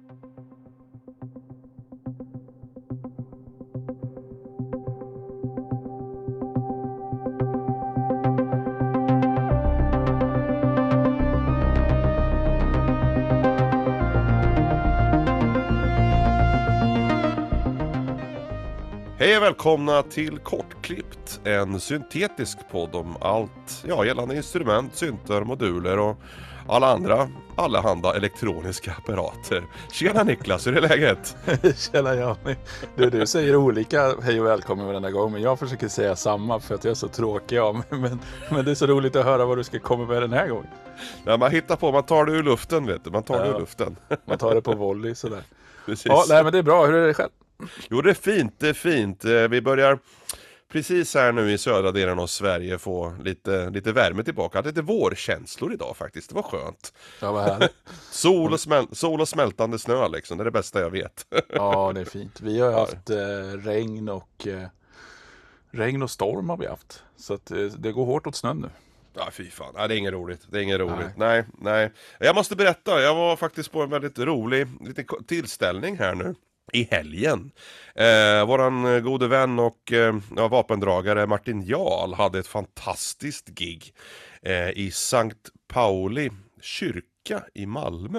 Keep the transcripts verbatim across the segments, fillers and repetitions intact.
Hej och välkomna till Kortklippt, en syntetisk podd om allt, ja, gällande instrument, syntar, moduler och alla andra, allehanda elektroniska apparater. Tjena Niklas, hur är läget? Tjena Janni. Du, du säger olika hej och välkommen varenda gång, men jag försöker säga samma för att jag är så tråkig av mig. Men, men det är så roligt att höra vad du ska komma med den här gången. Ja, man hittar på, man tar det ur luften, vet du, man tar ja, det ur luften. Man tar det på volley sådär. Precis. Ja, nej, men det är bra, hur är det själv? Jo, det är fint, det är fint. Vi börjar precis här nu i södra delen av Sverige få lite, lite värme tillbaka. Lite vårkänslor idag faktiskt, det var skönt. Ja, vad härligt. Sol och, smäl- sol och smältande snö liksom, det är det bästa jag vet. Ja, det är fint. Vi har haft eh, regn och eh, regn och storm har vi haft. Så att, eh, det går hårt åt snön nu. Ja, fy fan. Nej, det är inget roligt. Det är inget roligt. Nej. nej, nej. Jag måste berätta, jag var faktiskt på en väldigt rolig liten tillställning här nu i helgen. Eh, våran gode vän och eh, ja, vapendragare Martin Jarl hade ett fantastiskt gig eh, i Sankt Pauli kyrka i Malmö.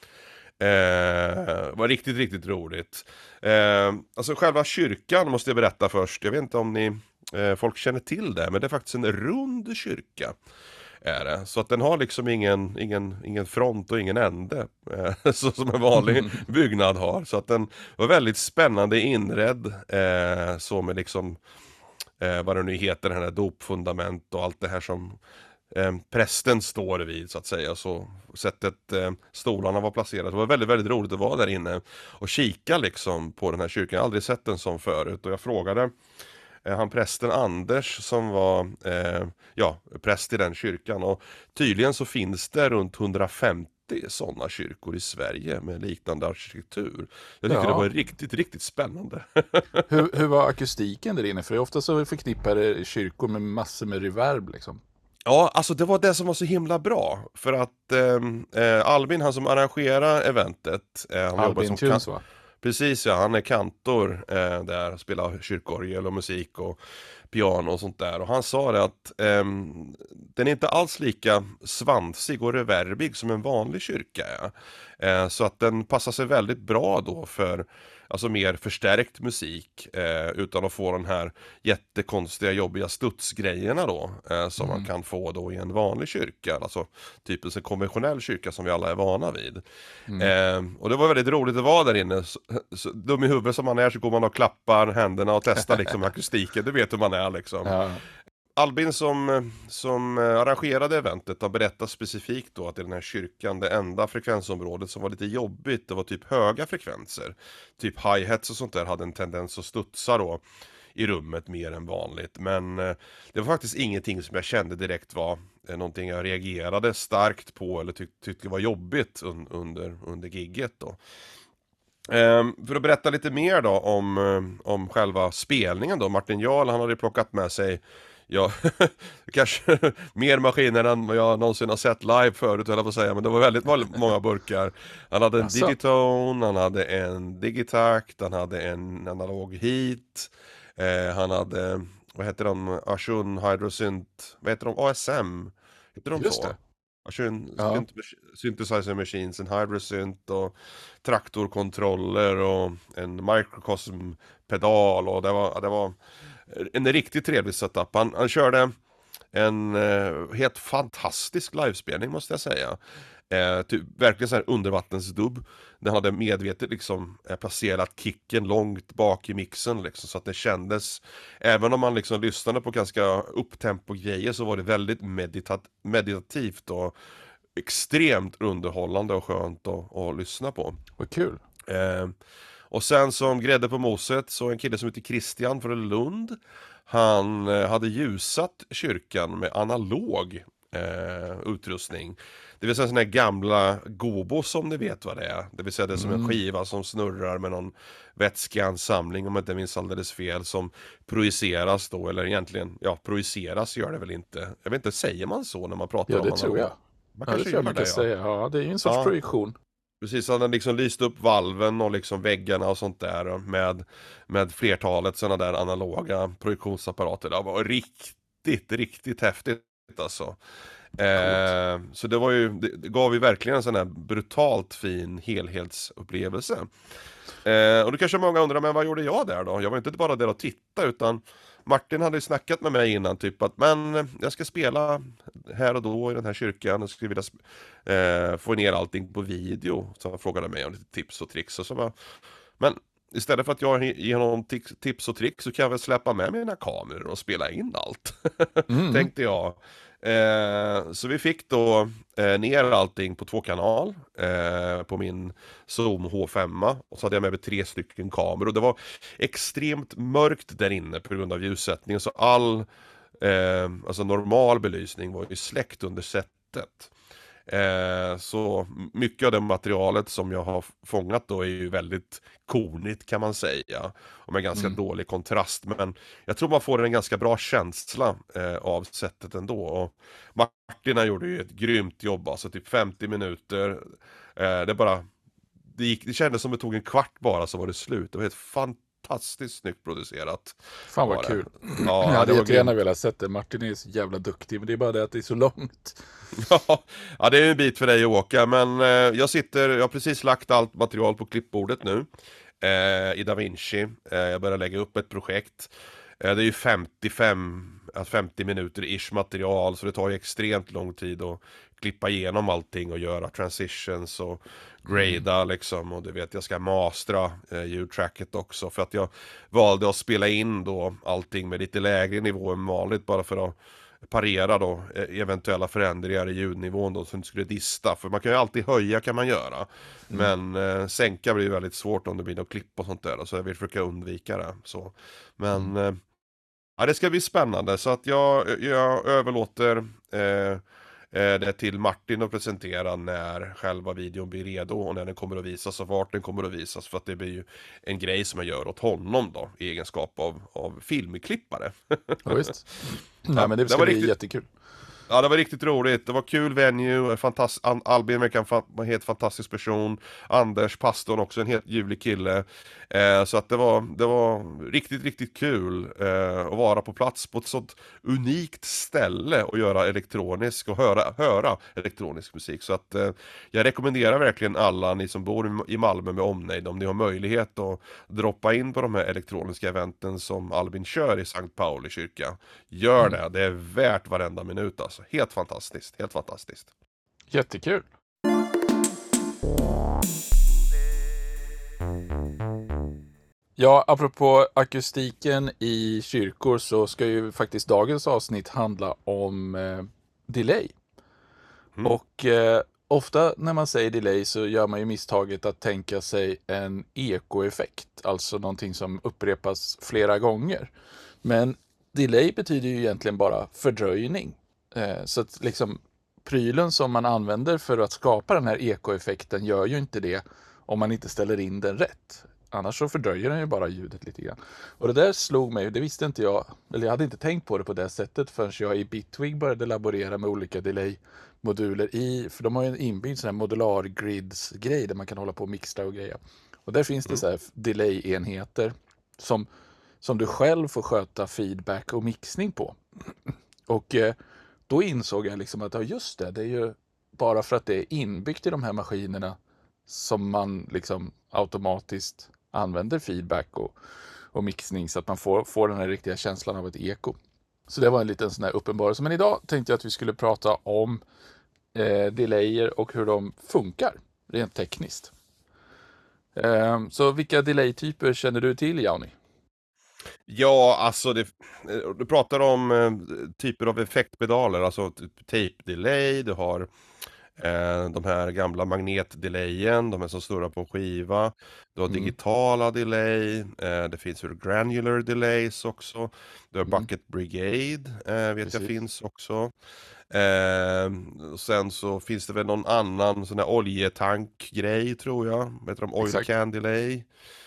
Eh, var riktigt, riktigt roligt. Eh, alltså själva kyrkan måste jag berätta först. Jag vet inte om ni eh, folk känner till det, men det är faktiskt en rund kyrka. Är det. Så att den har liksom ingen, ingen, ingen front och ingen ände. Eh, så som en vanlig byggnad har. Så att den var väldigt spännande inredd. Eh, så med liksom eh, vad det nu heter, den här dopfundament och allt det här som Eh, prästen står vid så att säga, så sättet eh, stolarna var placerade. Det var väldigt, väldigt roligt att vara där inne och kika liksom på den här kyrkan. Jag har aldrig sett den som förut och jag frågade eh, han prästen Anders som var eh, ja, präst i den kyrkan, och tydligen så finns det runt hundrafemtio sådana kyrkor i Sverige med liknande arkitektur. Jag tyckte ja. det var riktigt, riktigt spännande. hur, hur var akustiken där inne? För ofta så förknippar kyrkor med massor med reverb liksom. Ja, alltså det var det som var så himla bra. För att eh, Albin, han som arrangerar eventet eh, han Albin som Tunes kan- va? Precis ja, han är kantor eh, där, spelar kyrkorgel och musik och piano och sånt där. Och han sa det att eh, den är inte alls lika svansig och reverbig som en vanlig kyrka är. Eh, så att den passar sig väldigt bra då för alltså mer förstärkt musik eh, utan att få den här jättekonstiga jobbiga studsgrejerna då eh, som mm. man kan få då i en vanlig kyrka, alltså typ en konventionell kyrka som vi alla är vana vid. Mm. Eh, och det var väldigt roligt att vara där inne. Så, så, dum i huvudet som man är så går man och klappar händerna och testar liksom akustiken, du vet hur man är liksom. Ja. Albin som, som arrangerade eventet har berättat specifikt då att i den här kyrkan det enda frekvensområdet som var lite jobbigt, det var typ höga frekvenser. Typ hi-hats och sånt där hade en tendens att studsa då i rummet mer än vanligt. Men det var faktiskt ingenting som jag kände direkt var någonting jag reagerade starkt på eller tyck, tyckte var jobbigt un, under, under gigget då. Um, för att berätta lite mer då om, om själva spelningen då. Martin Jarl, han hade plockat med sig ja, kanske mer maskiner än jag någonsin har sett live förut, eller vad säga, men det var väldigt många burkar. Han hade en alltså. Digitone, han hade en Digitakt, han hade en analog heat, eh, han hade, vad heter de, Ashun Hydrosynth, vad heter de, A S M, heter de Just så? det. Ashun ja. Synthesizer Machines, en Hydrosynth och traktorkontroller och en Microcosm pedal, och det var, det var en riktigt trevlig setup. Han, han körde en eh, helt fantastisk livespelning måste jag säga. Eh, typ, verkligen så här undervattensdubb. Den hade medvetet liksom eh, placerat kicken långt bak i mixen liksom, så att det kändes, även om man liksom lyssnade på ganska upptempo grejer, så var det väldigt meditat- meditativt och extremt underhållande och skönt att, att lyssna på. Vad kul. Eh, och sen som grädde på moset så en kille som heter Christian från Lund. Han eh, hade ljusat kyrkan med analog eh, utrustning. Det vill säga sådana här gamla gobos som ni vet vad det är. Det vill säga det är som en skiva som snurrar med någon vätskeansamling, om jag inte minns alldeles fel, som projiceras då, eller egentligen, ja, projiceras gör det väl inte. Jag vet inte, säger man så när man pratar ja, om det analog? tror jag. Man ja, det tror jag man kan det, säga. Ja, det är ju en sorts ja. projektion. Precis, han hade liksom lyst upp valven och liksom väggarna och sånt där med, med flertalet sådana där analoga projektionsapparater. Det var riktigt, riktigt häftigt alltså. Coolt. Eh, så det var ju, det, det gav ju verkligen en sån här brutalt fin helhetsupplevelse. Eh, och då kanske många undrar, men vad gjorde jag där då? Jag var inte bara där och titta, utan Martin hade ju snackat med mig innan, typ att men eh, jag ska spela här och då i den här kyrkan, jag skulle vilja sp- eh, få ner allting på video. Så han frågade mig om lite tips och tricks och så bara, men istället för att jag ger honom tix- tips och tricks så kan jag väl släppa med mina kameror och spela in allt. Mm. Tänkte jag. Eh, så vi fick då eh, ner allting på två kanal eh, på min Zoom H fem, och så hade jag med mig tre stycken kameror, och det var extremt mörkt där inne på grund av ljussättningen, så all eh, alltså normal belysning var ju släckt under setet. Eh, så mycket av det materialet som jag har fångat då är ju väldigt kornigt, kan man säga, och med ganska Mm. dålig kontrast, men jag tror man får en ganska bra känsla eh, av sättet ändå. Och Martin han gjorde ju ett grymt jobb, alltså typ femtio minuter, eh, det bara det, gick, det kändes som det tog en kvart bara, så var det slut. Det var helt fantastiskt snyggt producerat. Fan var vad det. kul. Jag Ja, hade det var jättegärna grymt. velat sett det. Martin är ju så jävla duktig, men det är bara det att det är så långt. Ja, ja, det är en bit för dig att åka, men eh, jag sitter, jag har precis lagt allt material på klippbordet nu eh, i DaVinci. Eh, jag börjar lägga upp ett projekt. Eh, det är ju femtiofem, ja, femtio minuter ish material, så det tar ju extremt lång tid att klippa igenom allting och göra transitions och grada liksom, och du vet, jag ska mastra eh, ljudtracket också, för att jag valde att spela in då allting med lite lägre nivå än vanligt, bara för att parera då eh, eventuella förändringar i ljudnivån då, så inte skulle dista, för man kan ju alltid höja, kan man göra, Mm. men eh, sänka blir ju väldigt svårt om det blir något klipp och sånt där, så jag vill försöka undvika det så. Men Mm. eh, ja, det ska bli spännande, så att jag, jag överlåter eh, eh, det till Martin att presentera när själva videon blir redo och när den kommer att visas och vart den kommer att visas, för att det blir ju en grej som jag gör åt honom då i egenskap av, av filmklippare. Ja, visst. Nej, Ja, men det det ska var bli riktigt, jättekul. ja, det var riktigt roligt. Det var kul venue, fantast... An- Albin verkar en fa- en helt fantastisk person. Anders, pastorn, också en helt ljuvlig kille. Eh, så att det var, det var riktigt, riktigt kul eh, att vara på plats på ett sånt unikt ställe och göra elektronisk och höra, höra elektronisk musik. Så att eh, jag rekommenderar verkligen alla ni som bor i Malmö med omnejd, om ni har möjlighet att droppa in på de här elektroniska eventen som Albin kör i Sankt Pauli kyrka. Gör Mm. det, det är värt varenda minut alltså. Helt fantastiskt, helt fantastiskt. Jättekul. Ja, apropå akustiken i kyrkor så ska ju faktiskt dagens avsnitt handla om eh, delay. Mm. Och eh, ofta när man säger delay så gör man ju misstaget att tänka sig en ekoeffekt, alltså någonting som upprepas flera gånger. Men delay betyder ju egentligen bara fördröjning. Eh, så att liksom prylen som man använder för att skapa den här ekoeffekten gör ju inte det om man inte ställer in den rätt. Annars så fördröjer den ju bara ljudet lite grann. Och det där slog mig, det visste inte jag, eller jag hade inte tänkt på det på det sättet förrän jag i Bitwig började laborera med olika delay-moduler i, för de har ju en inbyggd sån här modular grids-grej där man kan hålla på och mixtra och greja. Och där finns det så här delay-enheter som, som du själv får sköta feedback och mixning på. Och eh, då insåg jag liksom att ja, just det, det är ju bara för att det är inbyggt i de här maskinerna som man liksom automatiskt använder feedback och, och mixning så att man får, får den här riktiga känslan av ett eko. Så det var en liten sån här uppenbarelse. Men idag tänkte jag att vi skulle prata om eh, delayer och hur de funkar rent tekniskt. Eh, så vilka delay-typer känner du till, Jauni? Ja, alltså det, du pratar om eh, typer av effektpedaler, alltså typ tape delay, du har eh, de här gamla magnetdelayen, de här som snurrar på en skiva, du har Mm. digitala delay, eh, det finns ju granular delays också, du har Mm. bucket brigade, eh, vet Precis. jag finns också. Eh, sen så finns det väl någon annan sån här oljetankgrej, tror jag, vad heter de, oil Exakt. can delay.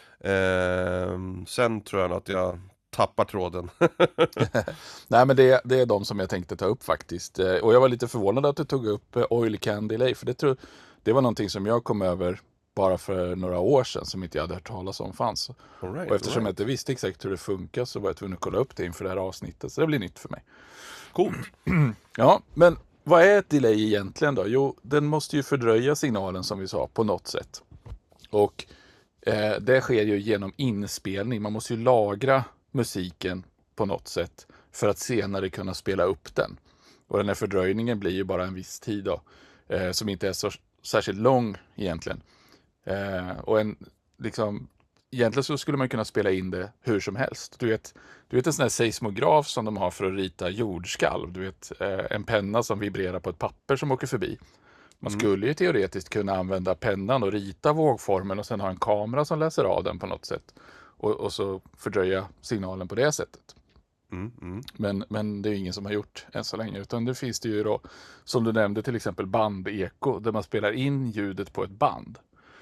Eh, sen tror jag att jag tappar tråden. Nej, men det, det är de som jag tänkte ta upp faktiskt. Eh, Och jag var lite förvånad att du tog upp eh, Oil Can Delay, för det, tror, det var någonting som jag kom över bara för några år sedan som inte jag hade hört talas om fanns. All right, Och eftersom all jag right. inte visste exakt hur det funkar så var jag tvungen att kolla upp det inför det här avsnittet. Så det blir nytt för mig. Coolt. Ja, men vad är ett delay egentligen då? Jo, den måste ju fördröja signalen som vi sa på något sätt. Och eh, det sker ju genom inspelning. Man måste ju lagra musiken på något sätt för att senare kunna spela upp den. Och den här fördröjningen blir ju bara en viss tid då, eh, som inte är så särskilt lång egentligen. Eh, och en, liksom, egentligen så skulle man kunna spela in det hur som helst. Du vet, du vet en sån här seismograf som de har för att rita jordskalv. Du vet, eh, en penna som vibrerar på ett papper som åker förbi. Man Mm. skulle ju teoretiskt kunna använda pennan och rita vågformen och sen ha en kamera som läser av den på något sätt. Och, och så fördröja signalen på det sättet. Mm, mm. Men, men det är ju ingen som har gjort än så länge. Utan det finns det ju då, som du nämnde, till exempel bandeko. Där man spelar in ljudet på ett band.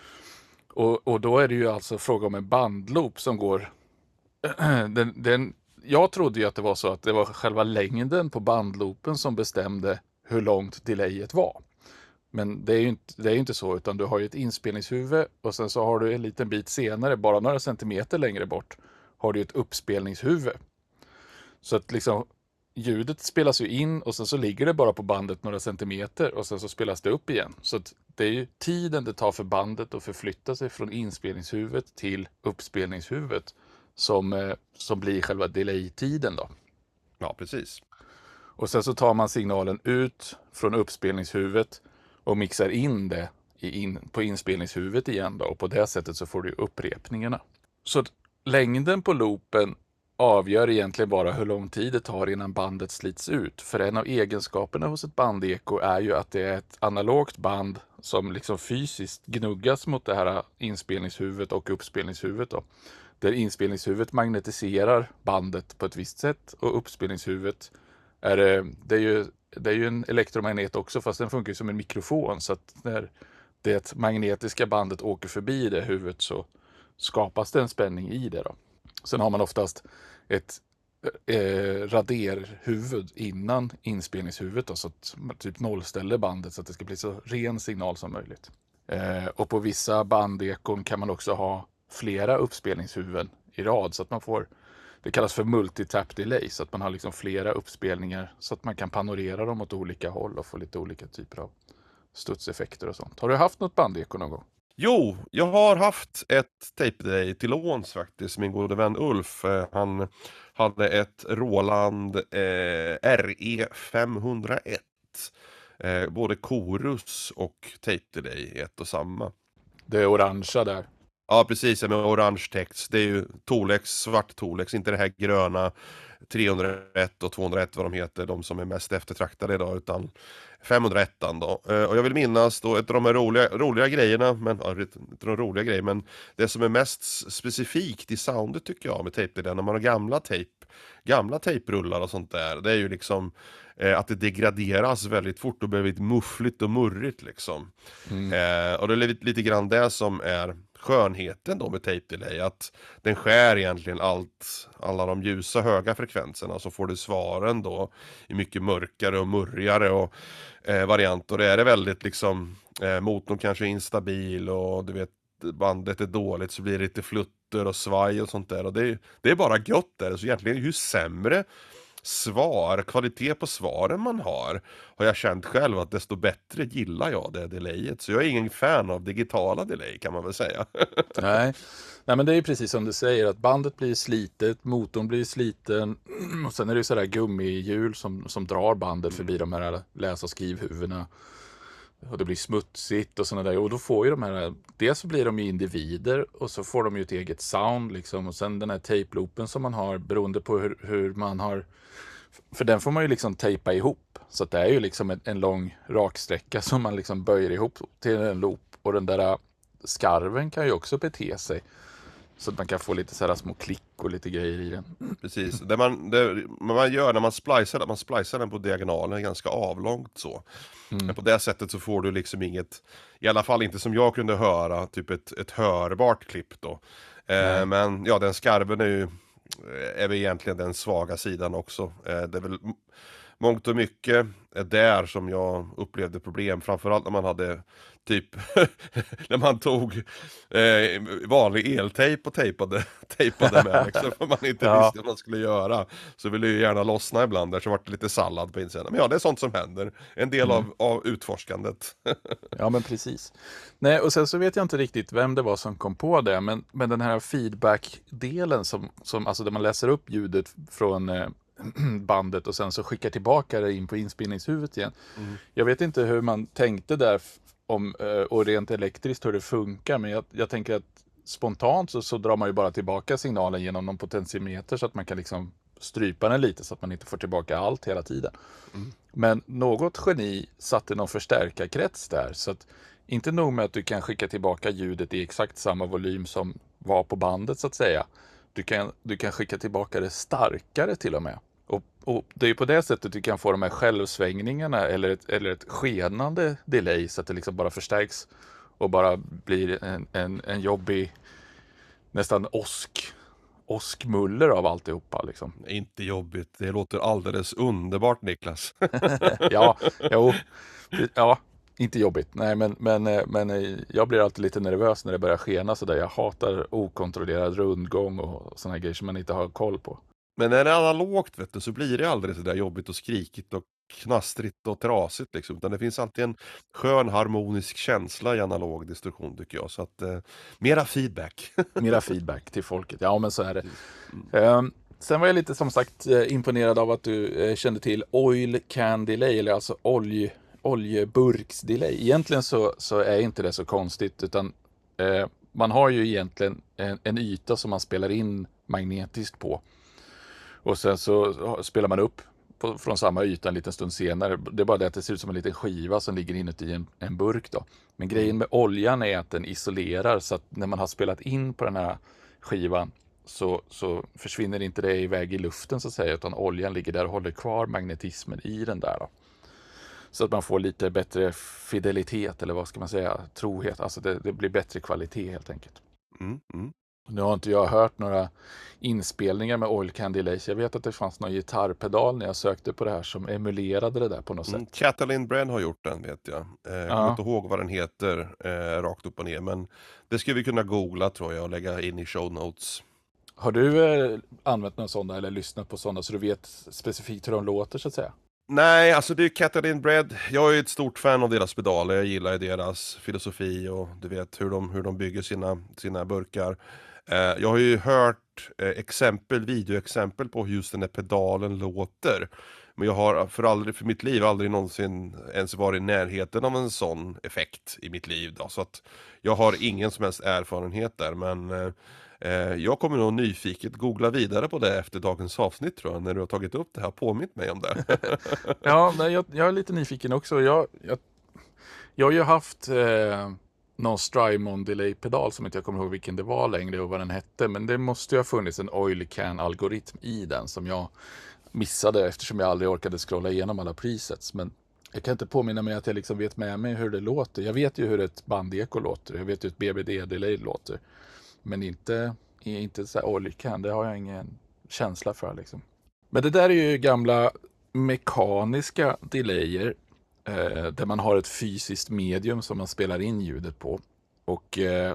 Och, och då är det ju alltså fråga om en bandloop som går... den, den, jag trodde ju att det var så att det var själva längden på bandloopen som bestämde hur långt delayet var. Men det är ju inte, det är ju inte så, utan du har ju ett inspelningshuvud och sen så har du en liten bit senare, bara några centimeter längre bort, har du ett uppspelningshuvud. Så att liksom ljudet spelas ju in och sen så ligger det bara på bandet några centimeter och sen så spelas det upp igen. Så att det är ju tiden det tar för bandet att förflytta sig från inspelningshuvudet till uppspelningshuvudet som, eh, som blir själva delay-tiden då. Ja, precis. Och sen så tar man signalen ut från uppspelningshuvudet och mixar in det i in, på inspelningshuvudet igen då. Och på det sättet så får du upprepningarna. Så att längden på loopen avgör egentligen bara hur lång tid det tar innan bandet slits ut. För en av egenskaperna hos ett bandeko är ju att det är ett analogt band som liksom fysiskt gnuggas mot det här inspelningshuvudet och uppspelningshuvudet då. Där inspelningshuvudet magnetiserar bandet på ett visst sätt och uppspelningshuvudet är, det är ju det är ju en elektromagnet också, fast den funkar som en mikrofon, så att när det magnetiska bandet åker förbi det huvudet så skapas det en spänning i det då. Sen har man oftast ett eh, raderhuvud innan inspelningshuvudet då, så att man typ nollställer bandet så att det ska bli så ren signal som möjligt. Eh, och på vissa bandekon kan man också ha flera uppspelningshuvuden i rad så att man får, det kallas för multitap delay, så att man har liksom flera uppspelningar så att man kan panorera dem åt olika håll och få lite olika typer av studseffekter och sånt. Har du haft något bandeko någon gång? Jo, jag har haft ett tape delay till låns faktiskt. Min gode vän Ulf, eh, han hade ett Roland eh, R E femhundraett. Eh, både chorus och tape delay i ett och samma. Det är orangea där. Ja, precis, med orange text. Det är ju Tolex, svart Tolex, inte det här gröna trehundraett och tvåhundraett vad de heter, de som är mest eftertraktade idag, utan femhundraett då. Eh, Och jag vill minnas då ett av de här roliga, roliga grejerna, men ja, inte de roliga grejer, men det som är mest specifikt i soundet tycker jag med tape delay, när man har gamla tape, gamla tejprullar och sånt där, det är ju liksom eh, att det degraderas väldigt fort och blir väldigt muffligt och murrigt liksom. Mm. Eh, och det är lite, lite grann det som är skönheten då med tape delay, att den skär egentligen allt, alla de ljusa höga frekvenserna, så får du svaren då i mycket mörkare och murrigare och eh, variant, och det är det väldigt liksom eh, motorn kanske är instabil och du vet bandet är dåligt, så blir det lite flutter och svaj och sånt där, och det är, det är bara gott där. Så egentligen ju sämre svar, kvalitet på svaren man har, har jag känt själv att desto bättre gillar jag det delayet. Så jag är ingen fan av digitala delay, kan man väl säga. Nej. Nej, men det är ju precis som du säger, att bandet blir slitet, motorn blir sliten och sen är det ju sådär gummihjul som, som drar bandet förbi de här läs- och skrivhuvudena. Och det blir smutsigt och sådana där. Och då får ju de här, dels så blir de ju individer och så får de ju ett eget sound liksom. Och sen den här tape-loopen som man har, beroende på hur, hur man har, för den får man ju liksom tejpa ihop. Så att det är ju liksom en, en lång raksträcka som man liksom böjer ihop till en loop. Och den där skarven kan ju också bete sig. Så att man kan få lite så här små klick och lite grejer i den. Precis, det man, det man gör när man splicar den, man splicar den på diagonalen ganska avlångt så. Mm. Men på det sättet så får du liksom inget, i alla fall inte som jag kunde höra, typ ett, ett hörbart klipp då. Eh, men ja, den skarven är ju är väl egentligen den svaga sidan också. Eh, det är väl mångt och mycket är där som jag upplevde problem, framförallt när man hade typ när man tog eh, vanlig eltejp och tejpade, tejpade med liksom, för man inte Ja, visste vad man skulle göra. Så ville ju gärna lossna ibland där, så vart det lite sallad på insidan. Men ja, det är sånt som händer. En del mm. av, av utforskandet. Ja, men precis. Nej, och sen så vet jag inte riktigt vem det var som kom på det, men, men den här feedback-delen som, som, alltså där man läser upp ljudet från eh, bandet och sen så skickar tillbaka det in på inspelningshuvudet igen. Mm. Jag vet inte hur man tänkte där f- om, eh, och rent elektriskt hur det funkar, men jag, jag tänker att spontant så, så drar man ju bara tillbaka signalen genom någon potentiometer så att man kan liksom strypa den lite så att man inte får tillbaka allt hela tiden. Mm. Men något geni satte någon förstärkarkrets där, så att inte nog med att du kan skicka tillbaka ljudet i exakt samma volym som var på bandet så att säga. Du kan, du kan skicka tillbaka det starkare till och med. Och, och det är ju på det sättet du kan få de här självsvängningarna eller ett, eller ett skenande delay så att det liksom bara förstärks och bara blir en, en, en jobbig, nästan åsk, åskmuller av alltihopa liksom. Inte jobbigt, det låter alldeles underbart, Niklas. Ja, jo, ja, inte jobbigt. Nej, men, men, eh, men eh, jag blir alltid lite nervös när det börjar skena så där. Jag hatar okontrollerad rundgång och såna här grejer som man inte har koll på. Men när det är analogt, vet du, så blir det aldrig så där jobbigt och skrikigt och knastrigt och trasigt liksom. Utan det finns alltid en skön harmonisk känsla i analog distorsion, tycker jag. Så att, eh, mera feedback. Mera feedback till folket. Ja, men så är det. Mm. Ehm, sen var jag lite som sagt eh, imponerad av att du eh, kände till oil can delay, eller alltså olje, oljeburks-delay. Egentligen så, så är inte det så konstigt, utan eh, man har ju egentligen en, en yta som man spelar in magnetiskt på. Och sen så spelar man upp på, från samma yta en liten stund senare. Det är bara det att det ser ut som en liten skiva som ligger inuti en, en burk då. Men grejen med oljan är att den isolerar, så att när man har spelat in på den här skivan så, så försvinner inte det iväg i luften så att säga, utan oljan ligger där och håller kvar magnetismen i den där då. Så att man får lite bättre fidelitet, eller vad ska man säga, trohet. Alltså det, det blir bättre kvalitet helt enkelt. Mm, mm. Nu har inte jag hört några inspelningar med Oil Can Delay. Jag vet att det fanns någon gitarrpedal när jag sökte på det här som emulerade det där på något Mm. sätt. Catalin Brenn har gjort den, vet jag. Eh, jag kommer Ja. inte ihåg vad den heter eh, rakt upp och ner, men det skulle vi kunna googla, tror jag, och lägga in i show notes. Har du eh, använt någon sån eller lyssnat på sådana så du vet specifikt hur de låter så att säga? Nej, alltså det är Catalin Bread. Jag är ett stort fan av deras pedaler. Jag gillar deras filosofi och du vet hur de, hur de bygger sina, sina burkar. Eh, jag har ju hört eh, exempel, videoexempel på hur just den här pedalen låter. Men jag har för, aldrig, för mitt liv aldrig någonsin ens varit i närheten av en sån effekt i mitt liv. Då. Så att jag har ingen som helst erfarenhet där, men eh, eh, jag kommer nog nyfiket googla vidare på det efter dagens avsnitt, tror jag, när du har tagit upp det här och påmint mig om det. Ja, men jag, jag är lite nyfiken också. Jag, jag, jag har ju haft eh, någon Strymon Delay-pedal som inte jag kommer ihåg vilken det var längre och vad den hette. Men det måste ju ha funnits en Oil Can-algoritm i den som jag missade eftersom jag aldrig orkade scrolla igenom alla presets. Men jag kan inte påminna mig att jag liksom vet med mig hur det låter. Jag vet ju hur ett bandeko låter. Jag vet ju hur ett B B D-delay låter. Men inte, inte så här Oil Can. Det har jag ingen känsla för liksom. Men det där är ju gamla mekaniska delayer eh, där man har ett fysiskt medium som man spelar in ljudet på. Och eh,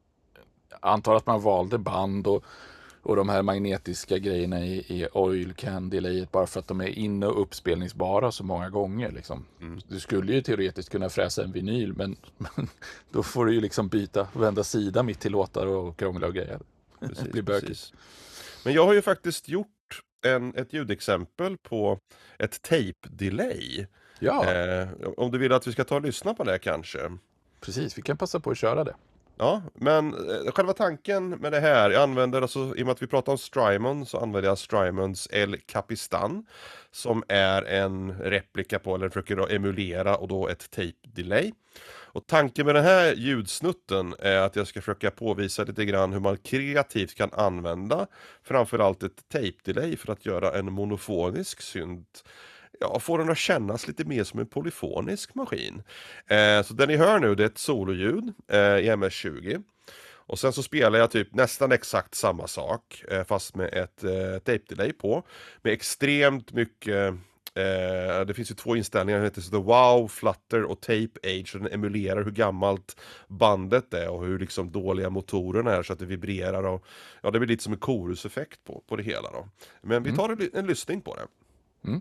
antar att man valde band och, och de här magnetiska grejerna i, i Oil Can delayet bara för att de är inne och uppspelningsbara så många gånger. Liksom. Mm. Du skulle ju teoretiskt kunna fräsa en vinyl, men, men då får du ju liksom byta, vända sida mitt till låtar och krångla och grejer. Precis, Det blir bökigt. precis. Men jag har ju faktiskt gjort en, ett ljudexempel på ett tape-delay. Ja, Eh, om du vill att vi ska ta och lyssna på det kanske. precis. Vi kan passa på att köra det. Ja, men eh, själva tanken med det här, jag använder alltså, i och med att vi pratar om Strymon, så använder jag Strymons El Capistan, som är en replika på, eller försöker emulera, och då ett tape-delay. Och tanken med den här ljudsnutten är att jag ska försöka påvisa lite grann hur man kreativt kan använda framförallt ett tape-delay för att göra en monofonisk synt, ja, få den att kännas lite mer som en polyfonisk maskin. Eh, så den ni hör nu, det är ett sololjud eh, i M S tjugo. Och sen så spelar jag typ nästan exakt samma sak, eh, fast med ett eh, tape-delay på. Med extremt mycket Eh, det finns ju två inställningar, den heter så The Wow, Flutter och Tape Age, och den emulerar hur gammalt bandet är och hur liksom dåliga motorerna är så att det vibrerar och ja, det blir lite som en koruseffekt på, på det hela då. Men vi tar en, en lyssning på det. Mm.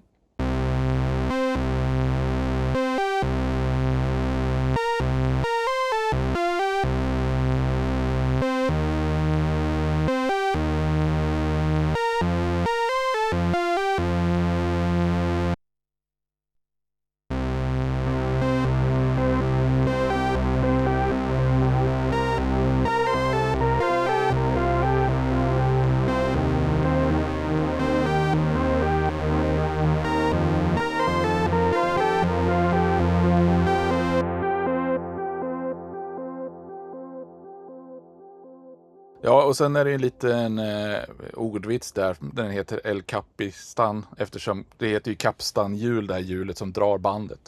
Ja, och sen är det en liten eh, ordvits där. Den heter El Capistan, eftersom det heter ju Capstan-hjul, det här hjulet som drar bandet.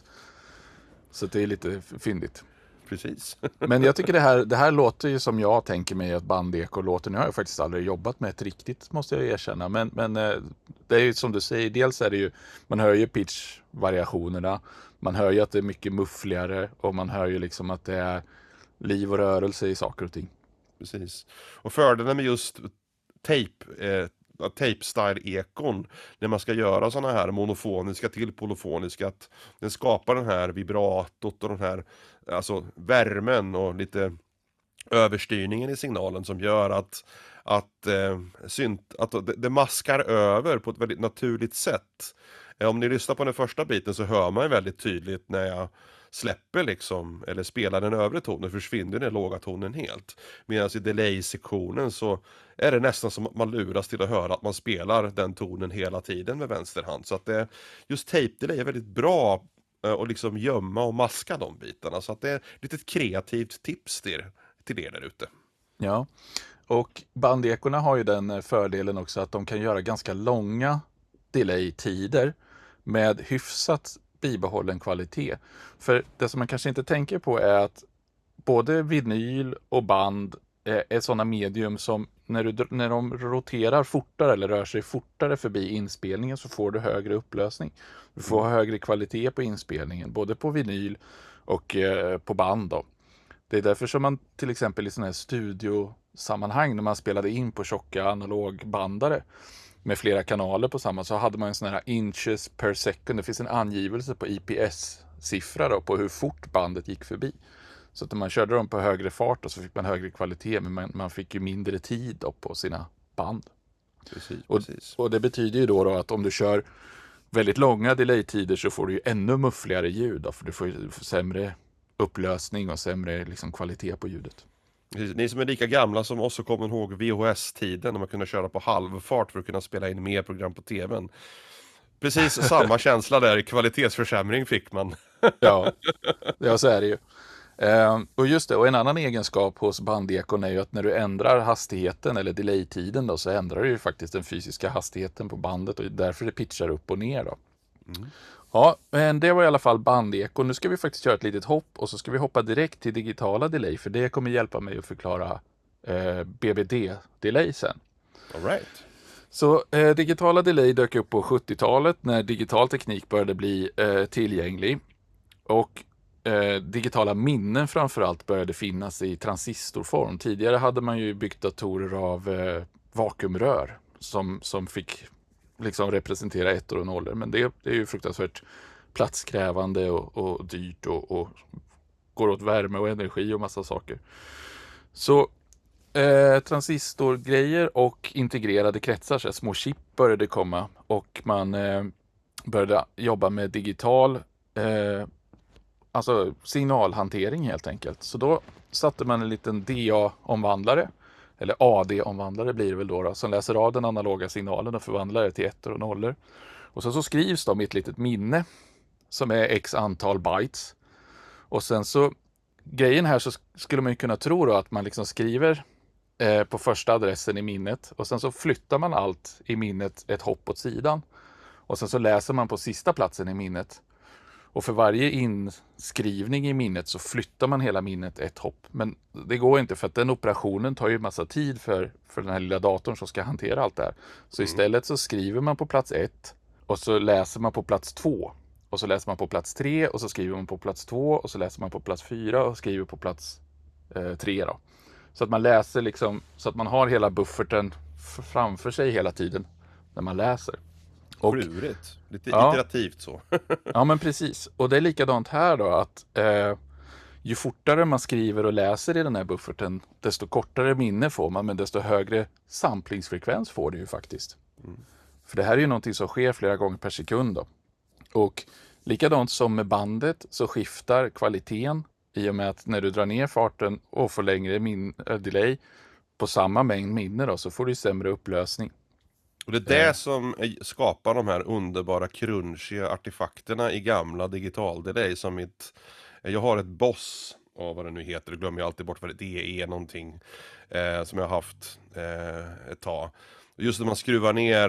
Så det är lite fyndigt. Precis. Men jag tycker det här, det här låter ju som jag tänker mig att bandeko låter. Nu har jag faktiskt aldrig jobbat med ett riktigt, måste jag erkänna. Men, men eh, det är ju som du säger, dels är det ju, man hör ju pitch-variationerna. Man hör ju att det är mycket muffligare och man hör ju liksom att det är liv och rörelse i saker och ting. Precis. Och fördelen med just tape, eh, tape-style-ekon när man ska göra sådana här monofoniska till polofoniska, att den skapar den här vibratot och den här alltså värmen och lite överstyrningen i signalen som gör att att, eh, synt, att det, det maskar över på ett väldigt naturligt sätt. Eh, om ni lyssnar på den första biten så hör man väldigt tydligt när jag släpper liksom, eller spelar den övre tonen, försvinner den låga tonen helt. Medan i delay-sektionen så är det nästan som att man luras till att höra att man spelar den tonen hela tiden med vänster hand. Så att det, just tape-delay är väldigt bra att liksom gömma och maska de bitarna. Så att det är ett litet kreativt tips till, till er där ute. Ja, och bandekorna har ju den fördelen också att de kan göra ganska långa delay-tider med hyfsat bibehållen kvalitet. För det som man kanske inte tänker på är att både vinyl och band är, är sådana medium som när, du, när de roterar fortare eller rör sig fortare förbi inspelningen så får du högre upplösning. Du får mm. högre kvalitet på inspelningen, både på vinyl och eh, på band då. Det är därför som man till exempel i sådana här studiosammanhang när man spelade in på tjocka analogbandare med flera kanaler på samma, så hade man en sån här inches per second. Det finns en angivelse på I P S-siffra då på hur fort bandet gick förbi. Så att när man körde dem på högre fart och så fick man högre kvalitet, men man, man fick ju mindre tid då på sina band. Precis, och, precis. och det betyder ju då, då att om du kör väldigt långa delay-tider så får du ju ännu muffligare ljud då, för du får ju sämre upplösning och sämre liksom, kvalitet på ljudet. Ni som är lika gamla som oss så kommer ihåg V H S-tiden när man kunde köra på halvfart för att kunna spela in mer program på tvn. Precis samma känsla där, kvalitetsförsämring fick man. Ja, ja, så är det ju. Eh, och just det, och en annan egenskap hos bandekon är ju att när du ändrar hastigheten eller delay-tiden då, så ändrar du ju faktiskt den fysiska hastigheten på bandet och därför det pitchar upp och ner då. Mm. Ja, men det var i alla fall bandekon. Nu ska vi faktiskt köra ett litet hopp och så ska vi hoppa direkt till digitala delay, för det kommer hjälpa mig att förklara eh, B B D-delay sen. All right. Så eh, digitala delay dök upp på sjuttiotalet när digital teknik började bli eh, tillgänglig. Och eh, digitala minnen framförallt började finnas i transistorform. Tidigare hade man ju byggt datorer av eh, vakuumrör som, som fick liksom representera ettor och nollor. Men det, det är ju fruktansvärt platskrävande och, och dyrt och, och går åt värme och energi och massa saker. Så eh, transistorgrejer och integrerade kretsar, så små chip började komma och man eh, började jobba med digital eh, alltså signalhantering helt enkelt. Så då satte man en liten D A-omvandlare, eller A D-omvandlare blir det väl då, då, som läser av den analoga signalen och förvandlar det till ettor och nollor. Och sen så skrivs de i ett litet minne som är x antal bytes. Och sen så, grejen här så skulle man ju kunna tro då att man liksom skriver eh, på första adressen i minnet och sen så flyttar man allt i minnet ett hopp åt sidan. Och sen så läser man på sista platsen i minnet. Och för varje inskrivning i minnet så flyttar man hela minnet ett hopp. Men det går inte för att den operationen tar ju massa tid för, för den här lilla datorn som ska hantera allt det här. Så istället så skriver man på plats ett Och så läser man på plats två. Och så läser man på plats tre och så skriver man på plats två och så läser man på plats fyra och skriver på plats eh, tre då. Så att man läser liksom, så att man har hela bufferten framför sig hela tiden när man läser. Och, Klurigt. Lite ja, iterativt så. ja, men precis. Och det är likadant här då, att eh, ju fortare man skriver och läser i den här bufferten, desto kortare minne får man, men desto högre samplingsfrekvens får det ju faktiskt. Mm. För det här är ju någonting som sker flera gånger per sekund då. Och likadant som med bandet så skiftar kvaliteten i och med att när du drar ner farten och får längre min- äh, delay på samma mängd minne då, så får du sämre upplösning. Och det är det som är- skapar de här underbara crunchiga artefakterna i gamla digitaldelay som mitt... Jag har ett Boss, och vad det nu heter, det glömmer jag alltid bort vad det är någonting, eh, som jag har haft eh, ett tag. Just när man skruvar ner,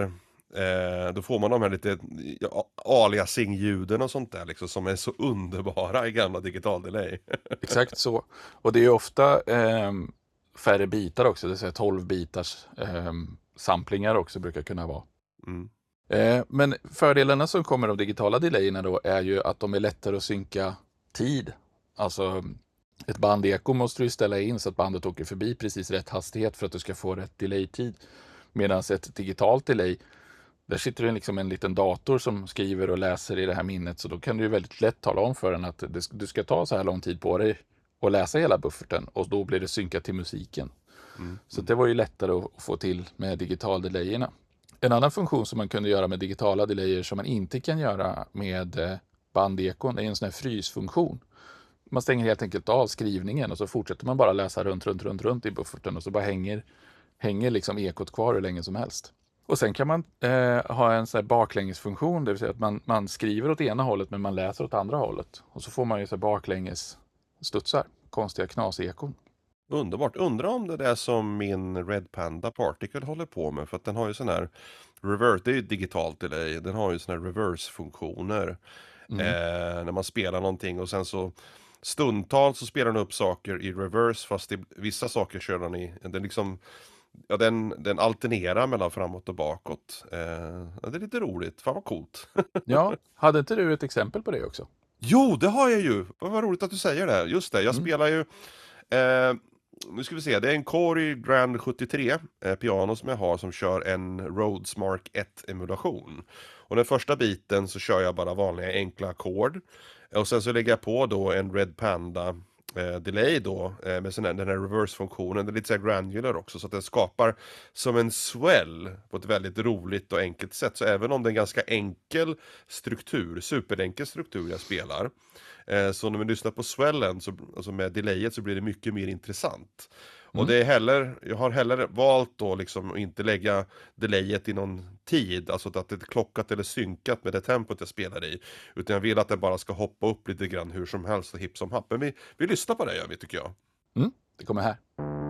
eh, då får man de här lite ja, aliasing-ljuden och sånt där liksom, som är så underbara i gamla digitaldelay. Exakt så. Och det är ju ofta eh, färre bitar också, det vill säga tolv bitars eh, samplingar också brukar kunna vara. Mm. Eh, men fördelarna som kommer av digitala delayerna då är ju att de är lättare att synka tid. Alltså ett bandeko måste du ställa in så att bandet åker förbi precis rätt hastighet för att du ska få rätt delay-tid. Medan ett digitalt delay, där sitter det liksom en liten dator som skriver och läser i det här minnet, så då kan du ju väldigt lätt tala om för den att det, du ska ta så här lång tid på dig och läsa hela bufferten och då blir det synkat till musiken. Mm. Så det var ju lättare att få till med digital delayerna. En annan funktion som man kunde göra med digitala delayer som man inte kan göra med bandekon är en sån här frysfunktion. Man stänger helt enkelt av skrivningen och så fortsätter man bara läsa runt, runt, runt, runt i bufferten och så bara hänger, hänger liksom ekot kvar hur länge som helst. Och sen kan man eh, ha en sån här baklängesfunktion, det vill säga att man, man skriver åt ena hållet men man läser åt andra hållet. Och så får man ju så här baklänges studsar, konstiga knasekon. Underbart. Undrar om det är som min Red Panda Particle håller på med. För att den har ju sån här reverse, det är ju digitalt delay. Den har ju såna här reverse-funktioner. Mm. Eh, när man spelar någonting och sen så stundtals så spelar den upp saker i reverse. Fast i vissa saker kör den i, den liksom, ja den, den alternerar mellan framåt och bakåt. Eh, ja, det är lite roligt, fan vad coolt. Ja, hade inte du ett exempel på det också? Jo, det har jag ju! Vad vad roligt att du säger det. Just det, jag Mm. spelar ju... Eh, nu ska vi se, det är en Corey Grand sjuttiotre eh, piano som jag har som kör en Rhodes Mark ett-emulation. Och den första biten så kör jag bara vanliga enkla ackord. Och sen så lägger jag på då en Red Panda eh, delay då eh, med sån här, den här reverse-funktionen. Den är lite så här granular också, så att den skapar som en swell på ett väldigt roligt och enkelt sätt. Så även om det är en ganska enkel struktur, superenkel struktur jag spelar, eh, så när vi lyssnar på swellen, så, alltså med delayet, så blir det mycket mer intressant. Mm. Och det är heller, jag har heller valt då liksom att inte lägga delayet i någon tid, alltså att det är klockat eller synkat med det tempot jag spelar i, utan jag vill att det bara ska hoppa upp lite grann hur som helst och hipp som happ. Men vi, vi lyssnar på det, gör vi, tycker jag. Mm. Det kommer här.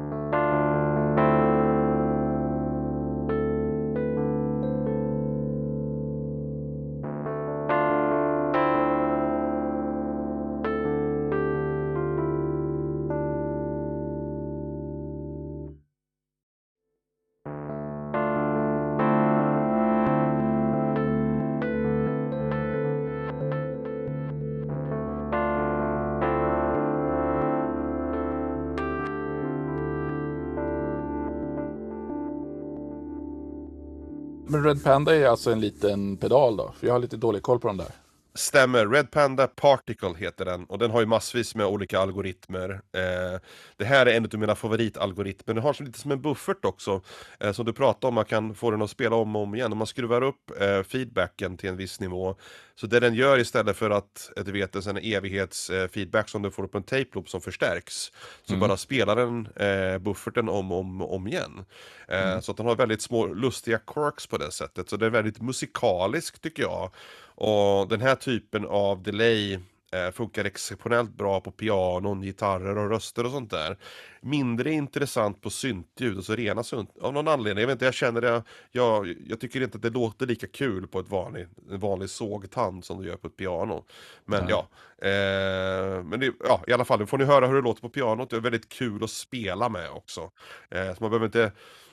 Men Red Panda är alltså en liten pedal då? För jag har lite dålig koll på dem där. Stämmer, Red Panda Particle heter den, och den har ju massvis med olika algoritmer. Eh, det här är en av mina favoritalgoritmer. Den har som lite som en buffert också, eh, som du pratade om, man kan få den att spela om och om igen. Om man skruvar upp eh, feedbacken till en viss nivå, så det den gör istället för att, eh, du vet, en sån här evighets eh, feedback som du får upp en tape loop som förstärks, så Mm. bara spelar den eh, bufferten om och om, om igen. Eh, Mm. Så att den har väldigt små lustiga quirks på det sättet, så det är väldigt musikalisk tycker jag. Och den här typen av delay eh, funkar exceptionellt bra på pianon, gitarrer och röster och sånt där. Mindre intressant på syntljud, alltså rena synt, av någon anledning. Jag vet inte, jag känner det, jag, jag tycker inte att det låter lika kul på ett vanlig, en vanlig sågtand som det gör på ett piano. Men Nej. ja, eh, men det, ja, i alla fall, nu får ni höra hur det låter på pianot. Det är väldigt kul att spela med också. Eh, så man behöver inte...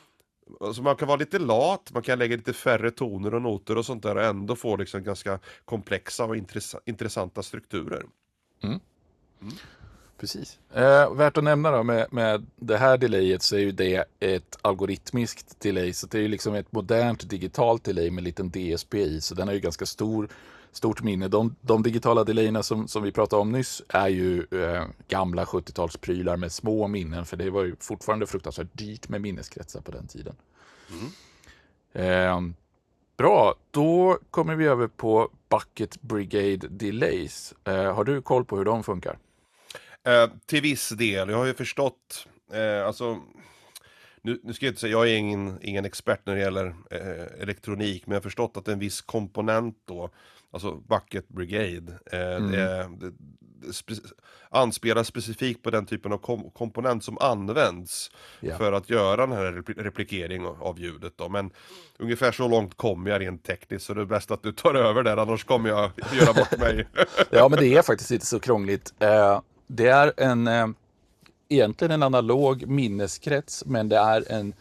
alltså man kan vara lite lat, man kan lägga lite färre toner och noter och sånt där och ändå få liksom ganska komplexa och intress- intressanta strukturer. Mm. Mm. Precis. Eh, värt att nämna då med, med det här delayet så är ju det ett algoritmiskt delay. Så det är ju liksom ett modernt digitalt delay med en liten D S P i. Så den har ju ganska stor, stort minne. De, de digitala delayerna som, som vi pratade om nyss är ju eh, gamla sjuttiotalsprylar med små minnen. För det var ju fortfarande fruktansvärt dyrt med minneskretsar på den tiden. Mm. Eh, bra, då kommer vi över på Bucket Brigade Delays. Eh, har du koll på hur de funkar? Eh, till viss del, jag har ju förstått, eh, alltså, nu, nu ska jag inte säga, jag är ingen, ingen expert när det gäller eh, elektronik, men jag har förstått att en viss komponent då, alltså Bucket Brigade, eh, Mm. det, det, det spe- anspelar specifikt på den typen av kom- komponent som används Ja. för att göra den här repli- replikering av av ljudet då, men ungefär så långt kommer jag rent tekniskt, så det är bäst att du tar över där, annars kommer jag göra bort mig. Ja, men det är faktiskt inte så krångligt. Eh, det är en eh, egentligen en analog minneskrets, men det är en,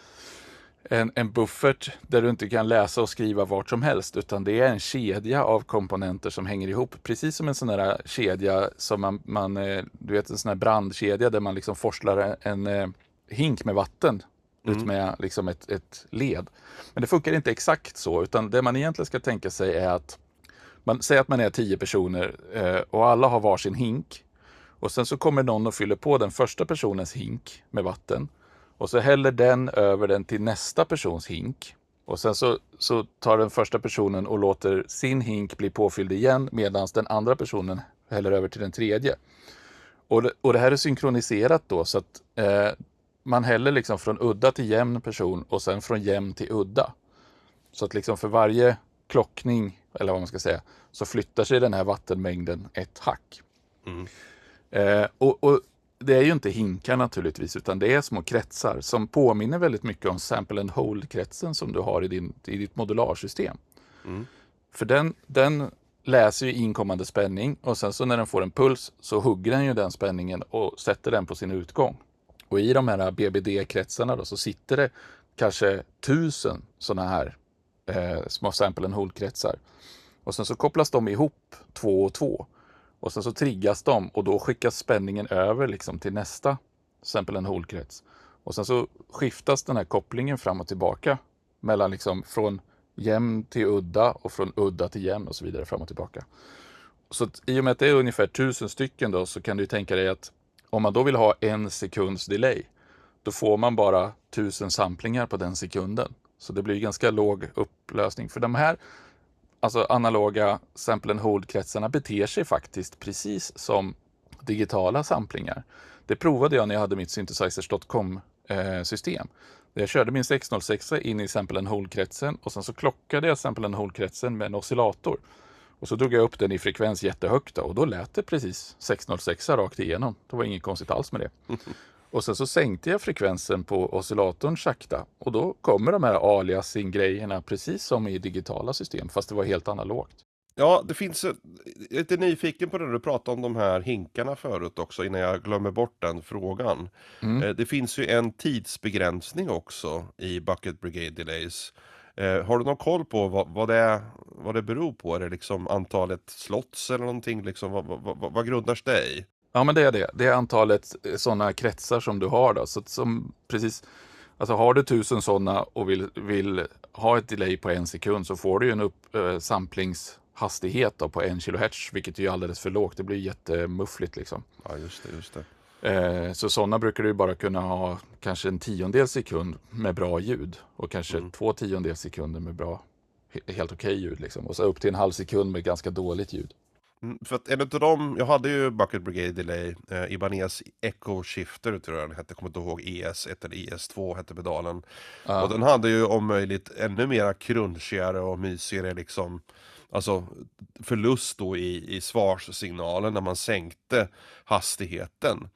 en, en buffert där du inte kan läsa och skriva vart som helst, utan det är en kedja av komponenter som hänger ihop. Precis som en sån här kedja som man, man eh, du vet, en sån här brandkedja där man liksom forslar en eh, hink med vatten ut med liksom ett, ett led. Men det funkar inte exakt så, utan det man egentligen ska tänka sig är att man säger att man är tio personer eh, och alla har varsin hink. Och sen så kommer någon och fyller på den första personens hink med vatten. Och så häller den över den till nästa persons hink. Och sen så, så tar den första personen och låter sin hink bli påfylld igen medan den andra personen häller över till den tredje. Och det, och det här är synkroniserat då så att eh, man häller liksom från udda till jämn person och sen från jämn till udda. Så att liksom för varje klockning, eller vad man ska säga, så flyttar sig den här vattenmängden ett hack. Mm. Eh, och, och det är ju inte hinkar naturligtvis, utan det är små kretsar som påminner väldigt mycket om sample and hold-kretsen som du har i, din, i ditt modularsystem. Mm. För den, den läser ju inkommande spänning och sen så när den får en puls så hugger den ju den spänningen och sätter den på sin utgång. Och i de här B B D-kretsarna då så sitter det kanske tusen sådana här eh, små sample and hold-kretsar. Och sen så kopplas de ihop två och två. Och sen så triggas de och då skickas spänningen över liksom till nästa sample and hold-krets. Och sen så skiftas den här kopplingen fram och tillbaka mellan liksom från jämn till udda och från udda till jämn och så vidare fram och tillbaka. Så att, i och med att det är ungefär tusen stycken då så kan du tänka dig att om man då vill ha en sekunds delay då får man bara tusen samplingar på den sekunden. Så det blir ganska låg upplösning. För de här alltså analoga sample and hold-kretsarna beter sig faktiskt precis som digitala samplingar. Det provade jag när jag hade mitt synthesizers dot com-system. Jag körde min sex noll sex in i sample and hold-kretsen och sen så klockade jag sample and hold-kretsen med en oscillator. Och så drog jag upp den i frekvens jättehögt då, och då lät det precis sex noll sex rakt igenom. Det var inget konstigt alls med det. Och sen så sänkte jag frekvensen på oscillatorn sakta och då kommer de här aliasing-grejerna precis som i digitala system, fast det var helt analogt. Ja, det finns, jag är lite nyfiken på det du pratade om de här hinkarna förut också, innan jag glömmer bort den frågan. Mm. Eh, Det finns ju en tidsbegränsning också i Bucket Brigade Delays. Eh, Har du någon koll på vad, vad, det, är, vad det beror på? Är det liksom antalet slots eller någonting? Liksom, vad, vad, vad, vad grundar det i? Ja, men det är det. Det är antalet sådana kretsar som du har då. Så att som precis, alltså har du tusen sådana och vill, vill ha ett delay på en sekund så får du ju en upp, äh, samplingshastighet då på en kilohertz, vilket är ju alldeles för lågt. Det blir jättemuffligt liksom. Ja, just det, just det. Eh, så sådana brukar du bara kunna ha kanske en tiondel sekund med bra ljud och kanske Mm. två tiondels sekunder med bra, he- helt okej ljud liksom. Och så upp till en halv sekund med ganska dåligt ljud. Mm, för att en av dem, jag hade ju Bucket Brigade Delay, eh, Ibanez Echo Shifter tror jag den hette, kommer inte ihåg, E S ett eller E S två hette pedalen. Ja. Och den hade ju om möjligt ännu mera crunchigare och mysigare liksom, alltså förlust då i, i svarssignalen när man sänkte hastigheten.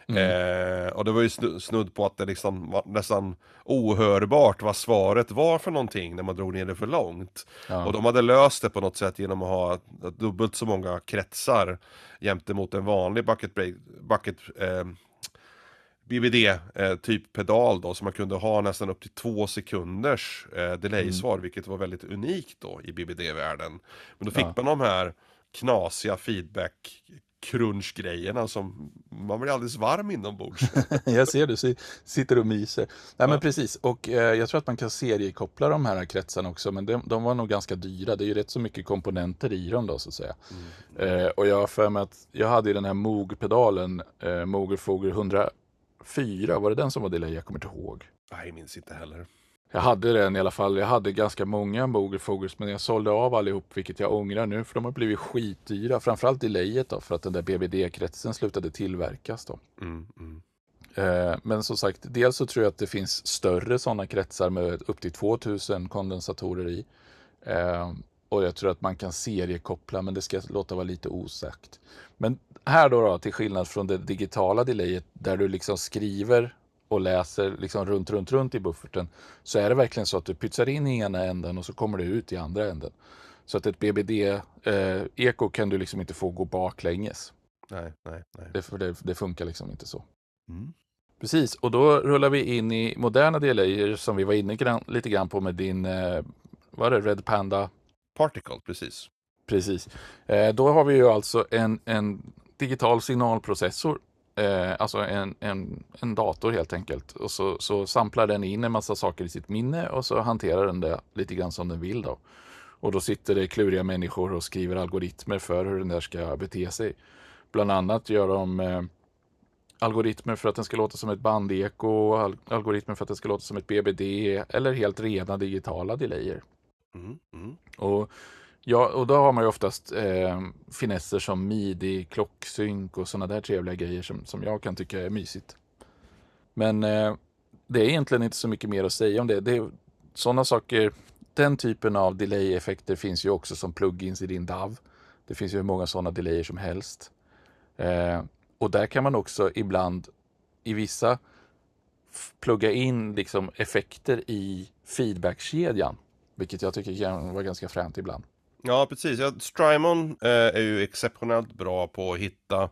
Eh, och det var ju snu- snudd på att det liksom var nästan ohörbart vad svaret var för någonting när man drog ner det för långt. Ja. Och de hade löst det på något sätt genom att ha dubbelt så många kretsar jämte mot en vanlig bucket, break, bucket eh, B B D eh, typ pedal då, så man kunde ha nästan upp till två sekunders eh, delay-svar, Mm. vilket var väldigt unikt då i B B D-världen. Men då fick Ja. man de här knasiga feedback crunch-grejerna som man blir alldeles varm inombords. Jag ser du si- sitter och myser. Nej men Ja. precis, och eh, jag tror att man kan seriekoppla de här kretsarna också, men de, de var nog ganska dyra. Det är ju rätt så mycket komponenter i dem då så att säga. Mm. Eh, och jag har för mig att jag hade ju den här Moog-pedalen, eh, Mooger Fooger hundrafyra, var det den som var delay? Jag kommer inte ihåg. Nej, jag minns inte heller. Jag hade den i alla fall. Jag hade ganska många Mooger Foogers, men jag sålde av allihop, vilket jag ångrar nu, för de har blivit skitdyra. Framförallt delayet då, för att den där B B D-kretsen slutade tillverkas då. Mm, mm. Eh, men som sagt, dels så tror jag att det finns större sådana kretsar med upp till tvåtusen kondensatorer i. Eh, och jag tror att man kan seriekoppla, men det ska låta vara lite osagt. Men här då, då till skillnad från det digitala delayet, där du liksom skriver och läser liksom runt, runt, runt i bufferten, så är det verkligen så att du pytsar in i ena änden och så kommer det ut i andra änden. Så att ett B B D-eko eh, kan du liksom inte få gå baklänges. Nej, nej, nej. Det, för det, det funkar liksom inte så. Mm. Precis, och då rullar vi in i moderna delayer som vi var inne grann, lite grann på med din, eh, vad är det, Red Panda? Particle, precis. Precis. Eh, då har vi ju alltså en, en digital signalprocessor, eh, alltså en, en, en dator helt enkelt. Och så, så samplar den in en massa saker i sitt minne och så hanterar den det lite grann som den vill då. Och då sitter det kluriga människor och skriver algoritmer för hur den där ska bete sig. Bland annat gör de eh, algoritmer för att den ska låta som ett bandeko, al- algoritmer för att den ska låta som ett B B D eller helt rena digitala delayer. Mm, mm. Och, ja, och då har man ju oftast eh, finesser som midi, klocksynk och sådana där trevliga grejer som, som jag kan tycka är mysigt. Men eh, det är egentligen inte så mycket mer att säga om det. Det är sådana saker, den typen av delay-effekter finns ju också som plugins i din D A W. Det finns ju hur många sådana delayer som helst. Eh, och där kan man också ibland i vissa f- plugga in liksom effekter i feedbackkedjan. Vilket jag tycker kan vara ganska fränt ibland. Ja, precis. Ja, Strymon eh, är ju exceptionellt bra på att hitta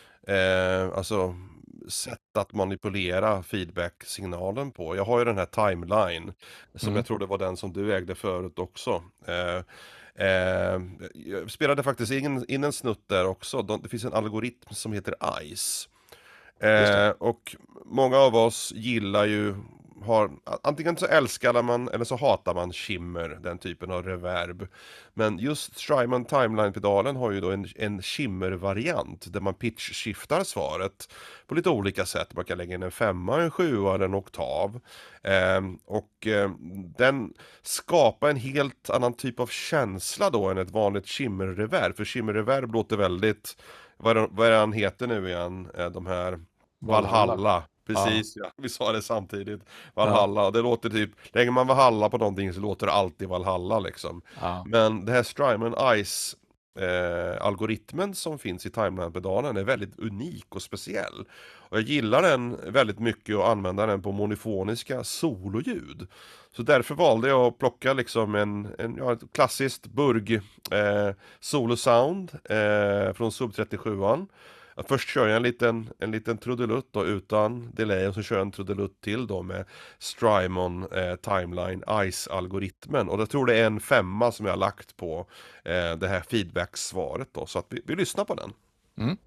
eh, alltså sätt att manipulera feedback-signalen på. Jag har ju den här Timeline som Mm. jag tror det var den som du ägde förut också. Eh, eh, jag spelade faktiskt in, in en snutt där också. De- Det finns en algoritm som heter ICE. Eh, och många av oss gillar ju, har, antingen så älskar man eller så hatar man shimmer, den typen av reverb. Men just Strymon Timeline-pedalen har ju då en, en shimmer-variant där man pitch-skiftar svaret på lite olika sätt. Man kan lägga in en femma, en sjua eller en oktav. Eh, och eh, den skapar en helt annan typ av känsla då än ett vanligt shimmer-reverb. För shimmer-reverb låter väldigt, vad är, det- vad är det han heter nu igen, eh, de här Valhalla. Valhalla. Precis, ja. Vi sa det samtidigt. Valhalla. Det låter typ, lägger man Valhalla på någonting så låter det alltid Valhalla liksom. Ja. Men det här Strymon Ice eh, algoritmen som finns i Timeline-pedalen är väldigt unik och speciell. Och jag gillar den väldigt mycket och använda den på monofoniska sololjud. Så därför valde jag att plocka liksom en, en ja, ett klassiskt burg eh, solo-sound eh, från Sub trettiosjuan. Först kör jag en liten, en liten trudelutt då, utan delay, och så kör jag en trudelutt till då med Strymon eh, Timeline Ice-algoritmen. Och jag tror det är en femma som jag har lagt på eh, det här feedback-svaret då. Så att vi, vi lyssnar på den. Mm.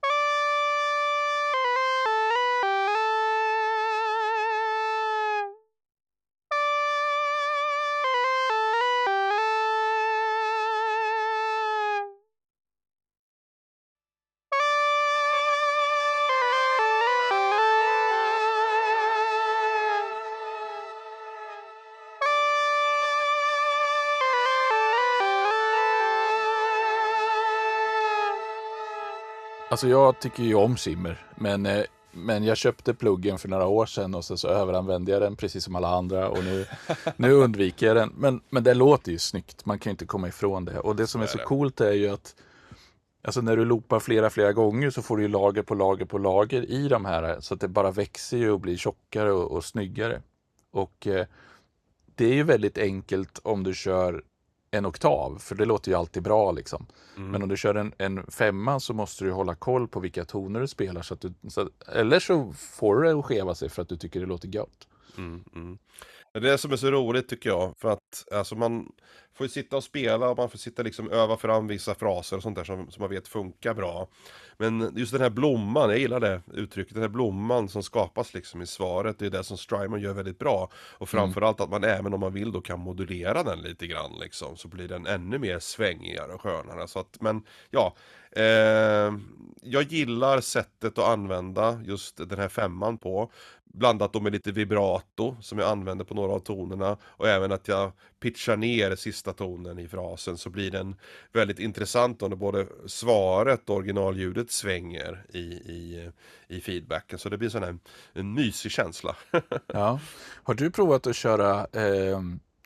Alltså jag tycker ju om shimmer, men, eh, men jag köpte pluggen för några år sedan och så, så överanvände jag den precis som alla andra och nu, nu undviker jag den. Men, men det låter ju snyggt, man kan ju inte komma ifrån det. Och det som är så coolt är ju att alltså när du loopar flera, flera gånger så får du ju lager på lager på lager i de här, så att det bara växer ju och blir tjockare och, och snyggare. Och eh, det är ju väldigt enkelt om du kör en oktav, för det låter ju alltid bra liksom. Mm. Men om du kör en, en femma så måste du hålla koll på vilka toner du spelar. Så att du, så, eller så får du det att skeva sig för att du tycker det låter gött. Mm, mm. Det är det som är så roligt tycker jag, för att alltså, man får ju sitta och spela och man får sitta liksom öva fram vissa fraser och sånt där som, som man vet funkar bra. Men just den här blomman, jag gillar det uttrycket, den här blomman som skapas liksom i svaret, det är det som Strymon gör väldigt bra. Och framförallt att man även om man vill då kan modulera den lite grann liksom, så blir den ännu mer svängigare och skönare. Så att, men ja, eh, jag gillar sättet att använda just den här femman på. Blandat då med lite vibrato som jag använder på några av tonerna. Och även att jag pitchar ner sista tonen i frasen, så blir den väldigt intressant då när både svaret och originalljudet svänger i, i, i feedbacken. Så det blir sån här en mysig känsla. Ja. Har du provat att köra eh,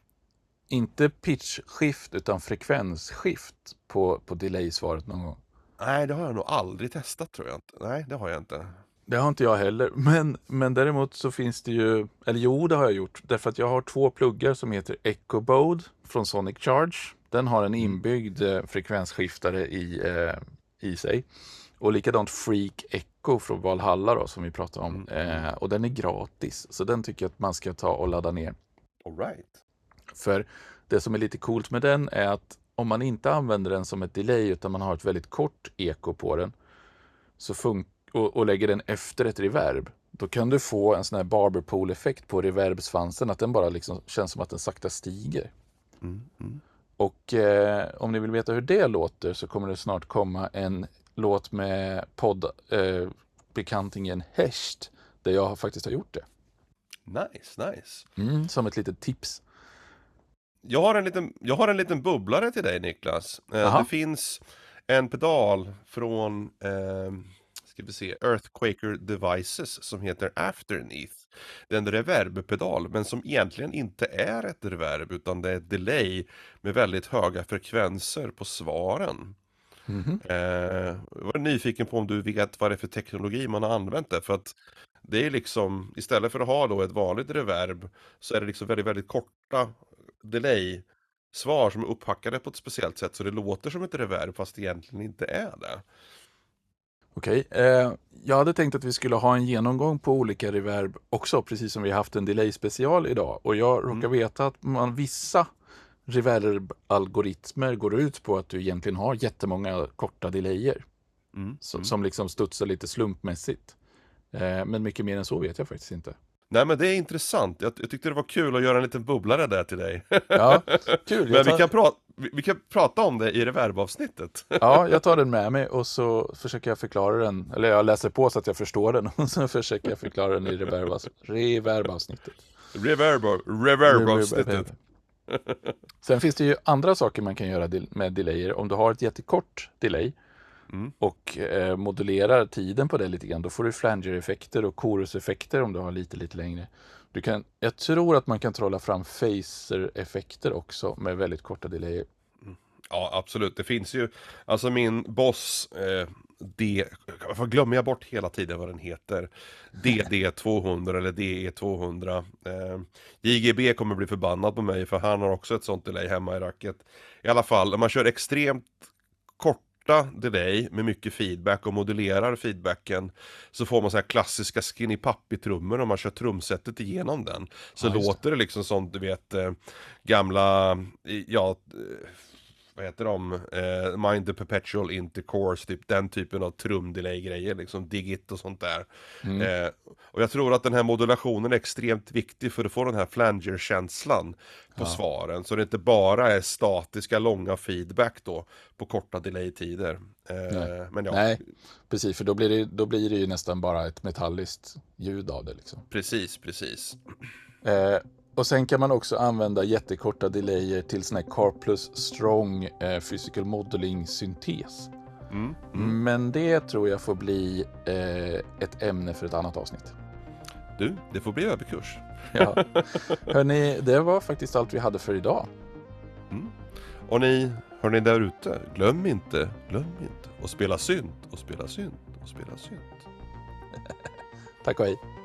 inte pitchskift utan frekvensskift på, på delay-svaret någon gång? Nej, det har jag nog aldrig testat tror jag inte. Nej, det har jag inte. Det har inte jag heller, men, men däremot så finns det ju, eller jo det har jag gjort, därför att jag har två pluggar som heter Echo Bode från Sonic Charge. Den har en inbyggd eh, frekvensskiftare i, eh, i sig. Och likadant Freak Echo från Valhalla då, som vi pratade om. Eh, och den är gratis, så den tycker jag att man ska ta och ladda ner. All right. För det som är lite coolt med den är att om man inte använder den som ett delay utan man har ett väldigt kort eko på den så fun- och, och lägger den efter ett reverb, då kan du få en sån här barberpool-effekt på reverbsfansen, att den bara liksom känns som att den sakta stiger. Mm, mm. Och eh, om ni vill veta hur det låter så kommer det snart komma en låt med poddbekantingen eh, Hesht, där jag faktiskt har gjort det. Nice, nice. Mm, som ett litet tips. Jag har en liten, jag har en liten bubblare till dig Niklas. Eh, Aha. det finns en pedal från eh, ska vi se, Earthquaker Devices som heter Afterneath. Det är en reverbpedal men som egentligen inte är ett reverb utan det är ett delay med väldigt höga frekvenser på svaren. Mhm. Eh, jag var nyfiken på om du vet vad det är för teknologi man har använt det, för att det är liksom, istället för att ha då ett vanligt reverb så är det liksom väldigt, väldigt korta delay-svar som är upphackade på ett speciellt sätt så det låter som ett reverb fast det egentligen inte är det. Okej, eh, jag hade tänkt att vi skulle ha en genomgång på olika reverb också, precis som vi har haft en delay-special idag. Och jag råkar Mm. veta att man vissa reverb-algoritmer går ut på att du egentligen har jättemånga korta delayer Mm. som, Mm. som liksom studsar lite slumpmässigt. Eh, men mycket mer än så vet jag faktiskt inte. Nej men det är intressant, jag, jag tyckte det var kul att göra en liten bubblare där till dig. Ja, kul. Men Jag vi tar, kan, pra- vi, vi kan prata om det i reverbavsnittet. ja, jag tar den med mig och så försöker jag förklara den. Eller jag läser på så att jag förstår den och så försöker jag förklara den i reverbavs- reverbavsnittet. Reverb, reverbavsnittet. Sen finns det ju andra saker man kan göra med delayer. Om du har ett jättekort delay Mm. och eh, modulerar tiden på det lite grann, då får du flanger-effekter och chorus-effekter om du har lite, lite längre. Du kan, jag tror att man kan trolla fram phaser-effekter också med väldigt korta delayer. Ja, absolut. Det finns ju, alltså min boss, eh, D, varför glömmer jag bort hela tiden vad den heter? D D tvåhundra eller D E tvåhundra. Eh, J G B kommer bli förbannad på mig för han har också ett sånt delay hemma i racket. I alla fall, om man kör extremt korta delay med mycket feedback och modulerar feedbacken så får man så här klassiska skinny puppy-trummor om man kör trumsetet igenom den. Så Ja, just det. låter det liksom som du vet eh, gamla, ja, eh, vad heter de? Eh, Mind the Perpetual Intercourse, typ den typen av trumdelay-grejer, liksom digit och sånt där. Mm. Eh, och jag tror att den här modulationen är extremt viktig för att få den här flanger-känslan på Ja. svaren. Så det inte bara är statiska, långa feedback då på korta delay-tider. Nej. Eh, men ja, Nej, precis, för då blir, det, då blir det ju nästan bara ett metalliskt ljud av det. Liksom. precis, precis. Eh, och sen kan man också använda jättekorta delayer till sån här Carplus Strong eh, Physical Modeling-syntes. Mm, mm. Men det tror jag får bli eh, ett ämne för ett annat avsnitt. Du, det får bli överkurs. Ja. Hörrni, det var faktiskt allt vi hade för idag. Mm. Och ni, hörni där ute, glöm inte, glöm inte att spela synt och spela synt och spela synt. Tack och hej.